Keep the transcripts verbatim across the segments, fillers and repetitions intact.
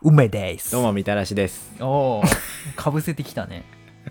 梅です。 どうもみたらしです。 おお、かぶせてきたね。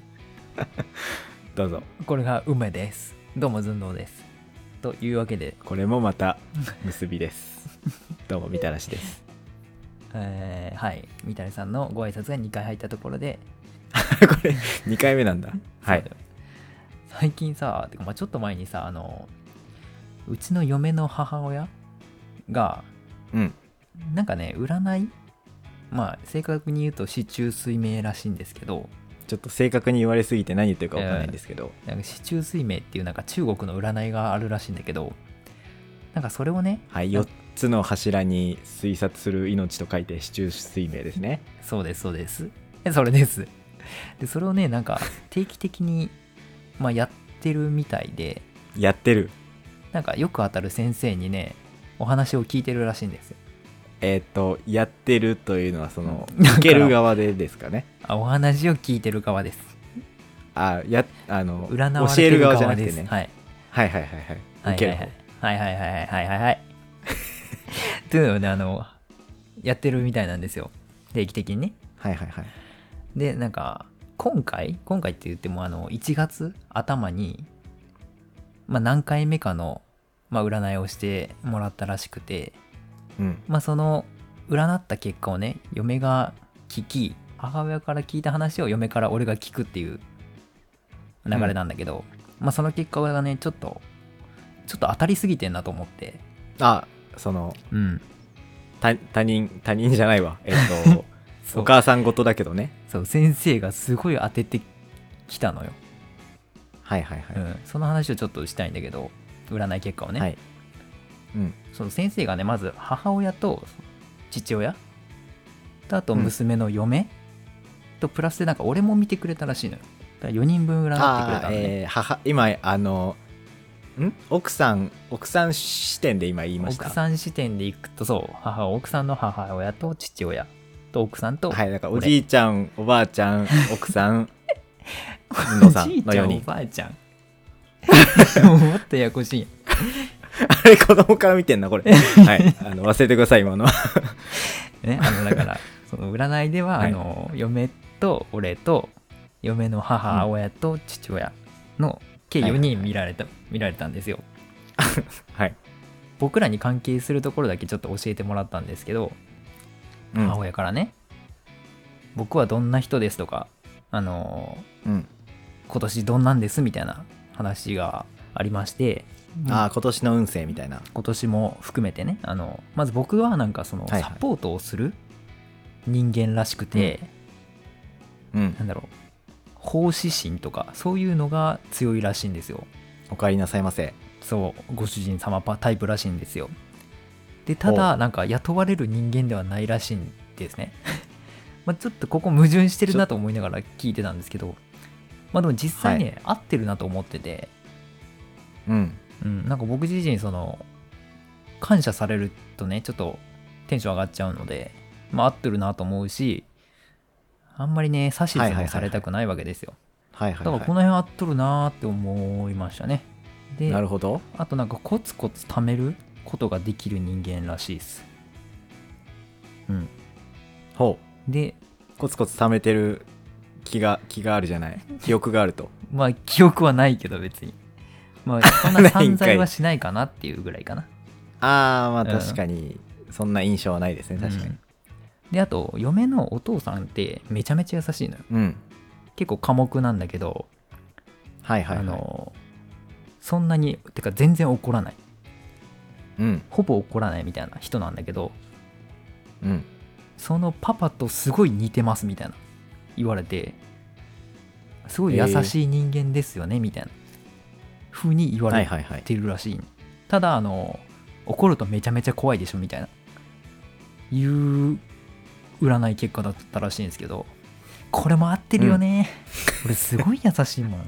どうぞ。 これが梅です。どうもずんどうです。というわけで、 これもまた結びです。どうもみたらしです。 えー、はい、みたらしさんのご挨拶がにかい入ったところで、 これにかいめなんだ。はい。 最近さ、てかまあちょっと前にさ、あのうちの嫁の母親が、 うん、 なんかね、占い、まあ正確に言うと四柱推命らしいんですけど、 ちょっと正確に言われすぎて何言ってるか分かんないんですけど、 なんか四柱推命っていうなんか中国の占いがあるらしいんだけど、なんかそれをね、 はい、よっつの柱に推察する命と書いて四柱推命ですね。 そうですそうです、それです。でそれをね、なんか定期的にまあやってるみたいで、 やってる。 なんかよく当たる先生にね、お話を聞いてるらしいんですよ。 えっ、ー、とやってるというのはそのだから受ける側でですかね。 あ、お話を聞いてる側です。 あ、やあの占われ教えるてる側側じゃなくてね。 です。はい。 はいはいはいはい。受ける方。 はいはいはいはいはいはいはいはいというのをね、あのやってるみたいなんですよ、定期的にね。 はいはいはい。 でなんか今回今回って言ってもあのいちがつ頭に、まあ、何回目かの、まあ、占いをしてもらったらしくて、 うん、 まあその占った結果をね、嫁が聞き、母親から聞いた話を嫁から俺が聞くっていう流れなんだけど、うん、まあその結果がね、ちょっとちょっと当たりすぎてんなと思って。 あ、その、 うん、 他, 他人他人じゃないわ、えっとお母さん事だけどね。 そう、先生がすごい当ててきたのよ。 はいはいはい、 うん、その話をちょっとしたいんだけど、占い結果をね、 はい、うん、 その先生がね、まず母親と父親と、あと娘の嫁、うん、とプラスでなんか俺も見てくれたらしいのよ。だからよにんぶん占ってくれたのね。 えー、母今あのん奥さん奥さん視点で今言いました。 奥さん視点でいくと、そう、母奥さんの母親と父親と奥さんと、 はい、だからおじいちゃんおばあちゃん奥さんのさんのよにん。 おじいちゃんおばあちゃんもっとややこしい。 あれ子供から見てんなこれはいあの忘れてください今のね、あのだからその占いでは、はい、あの嫁と俺と嫁の母親と父親の計よにん見られた、はいはいはい、見られたんですよはい。 僕らに関係するところだけちょっと教えてもらったんですけど、うん、母親からね、僕はどんな人ですとか、あのーうん、今年どんなんですみたいな話がありまして、 ああ、今年の運勢みたいな。 今年も含めてね、あのまず僕はなんかそのサポートをする人間らしくて、 うん、 なんだろう、奉仕心とかそういうのが強いらしいんですよ。 お帰りなさいませ。 そうご主人様タイプらしいんですよ。でただなんか雇われる人間ではないらしいんですねまあちょっとここ矛盾してるなと思いながら聞いてたんですけど、まあでも実際ね、はい、合ってるなと思ってて、 うんうん、なんか僕自身その感謝されるとね、ちょっとテンション上がっちゃうので、まあ合ってるなと思うし、あんまりね指図もされたくないわけですよ。 はいはいはい、 だからこの辺合っとるなって思いましたね。で、 なるほど。 あとなんかコツコツ貯めることができる人間らしいです。うん。 ほう。で、 コツコツ貯めてる気が気があるじゃない。記憶があると。 まあ記憶はないけど別に。まあそんな散財はしないかなっていうぐらいかな。 ああ、まあ確かにそんな印象はないですね、確かに。うん、 で、あと嫁のお父さんってめちゃめちゃ優しいのよ。 うん。 結構寡黙なんだけど、 はいはいはい。 あのそんなにてか全然怒らない。 うん。 ほぼ怒らないみたいな人なんだけど、 うん。 そのパパとすごい似てますみたいな言われて、すごい優しい人間ですよね、えー、みたいな風に言われてるらしい、はいはいはい、ただあの怒るとめちゃめちゃ怖いでしょみたいないう占い結果だったらしいんですけど、これも合ってるよね、うん、俺すごい優しいもん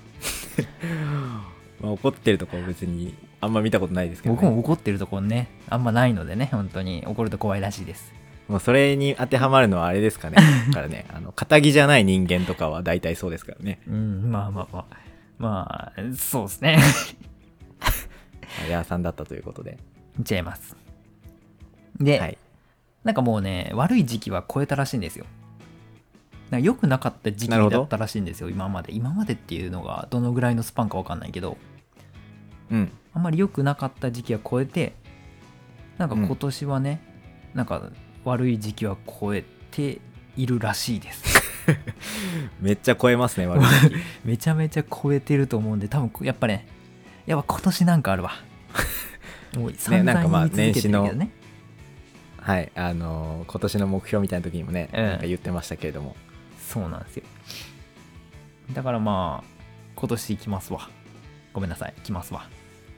まあ怒ってるとこ別にあんま見たことないですけど、ね、 僕も怒ってるとこねあんまないのでね、本当に怒ると怖いらしいです。 もうそれに当てはまるのはあれですかねだからね、あの堅気じゃない人間とかは大体そうですからね。 うん、まあまあまあまあそうですねヤーさんだったということで。 違います。で、はい、 なんかもうね悪い時期は超えたらしいんですよ。なんか良くなかった時期だったらしいんですよ今まで。今までっていうのがどのぐらいのスパンか分かんないけど、 うん、 あんまり良くなかった時期は超えて、なんか今年はね、うん、なんか悪い時期は超えているらしいですめっちゃ超えますね悪い時期めちゃめちゃ超えてると思うんで、多分やっぱねやっぱ今年なんかあるわもう散々言い続けてるけどね、ね、 はいあのー、今年の目標みたいな時にもね、うん、なんか言ってましたけれども、 そうなんですよ。だからまあ今年行きますわ。ごめんなさい、来ますわ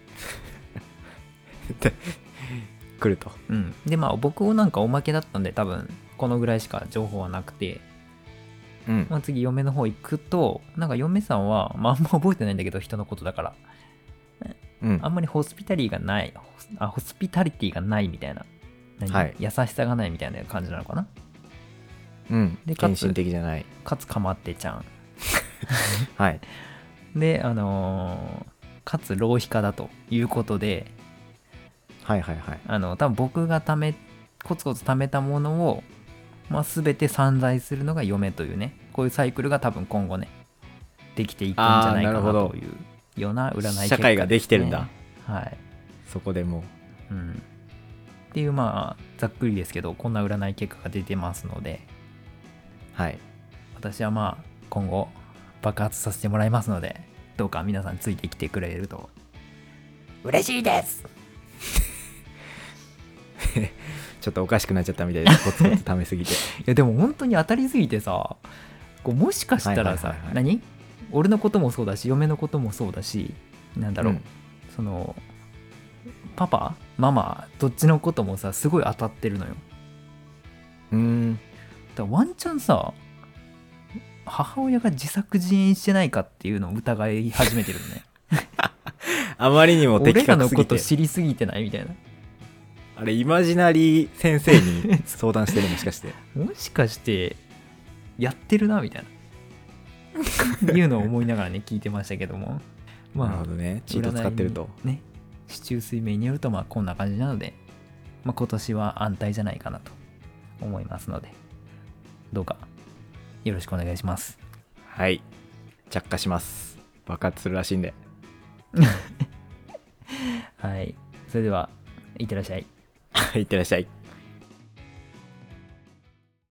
来ると。 うんでまあ僕なんかおまけだったんで多分このぐらいしか情報はなくて、 うんまあ、次嫁の方行くとなんか嫁さんはまああんま覚えてないんだけど人のことだから、うん、あんまりホスピタリーがないあホスピタリティがないみたいな、はい、優しさがないみたいな感じなのかな。 うんで献身的じゃない、 かつかまってちゃんはいであのー、かつ浪費家だということで、 はいはいはい、 あの多分僕がためコツコツ貯めたものを、まあ、全て散財するのが嫁というね、こういうサイクルが多分今後ねできていくんじゃないかなというような占い結果ですね。 社会ができてるんだ。 はい。 そこでもう、うん、っていうまあざっくりですけどこんな占い結果が出てますので、 はい。 私はまあ今後爆発させてもらいますので、どうか皆さんついてきてくれると嬉しいですちょっとおかしくなっちゃったみたいですコツコツ貯めすぎていやでも本当に当たりすぎてさ、こうもしかしたらさ、はいはいはいはい、何俺のこともそうだし嫁のこともそうだし、なんだろう、うん、そのパパママどっちのこともさすごい当たってるのよ。 うーんだからワンチャンさ母親が自作自演してないかっていうのを疑い始めてるのねあまりにも的確すぎて俺らのこと知りすぎてないみたいな。 あれイマジナリー先生に相談してるもしかしてもしかしてやってるなみたいないうのを思いながらね聞いてましたけども、 まあ、なるほどね、チート使ってるとね、四柱推命によるとまあこんな感じなので、まあ、今年は安泰じゃないかなと思いますので、どうかよろしくお願いします。 はい、着火します。爆発するらしいんではい、それではいってらっしゃい。 いってらっしゃい。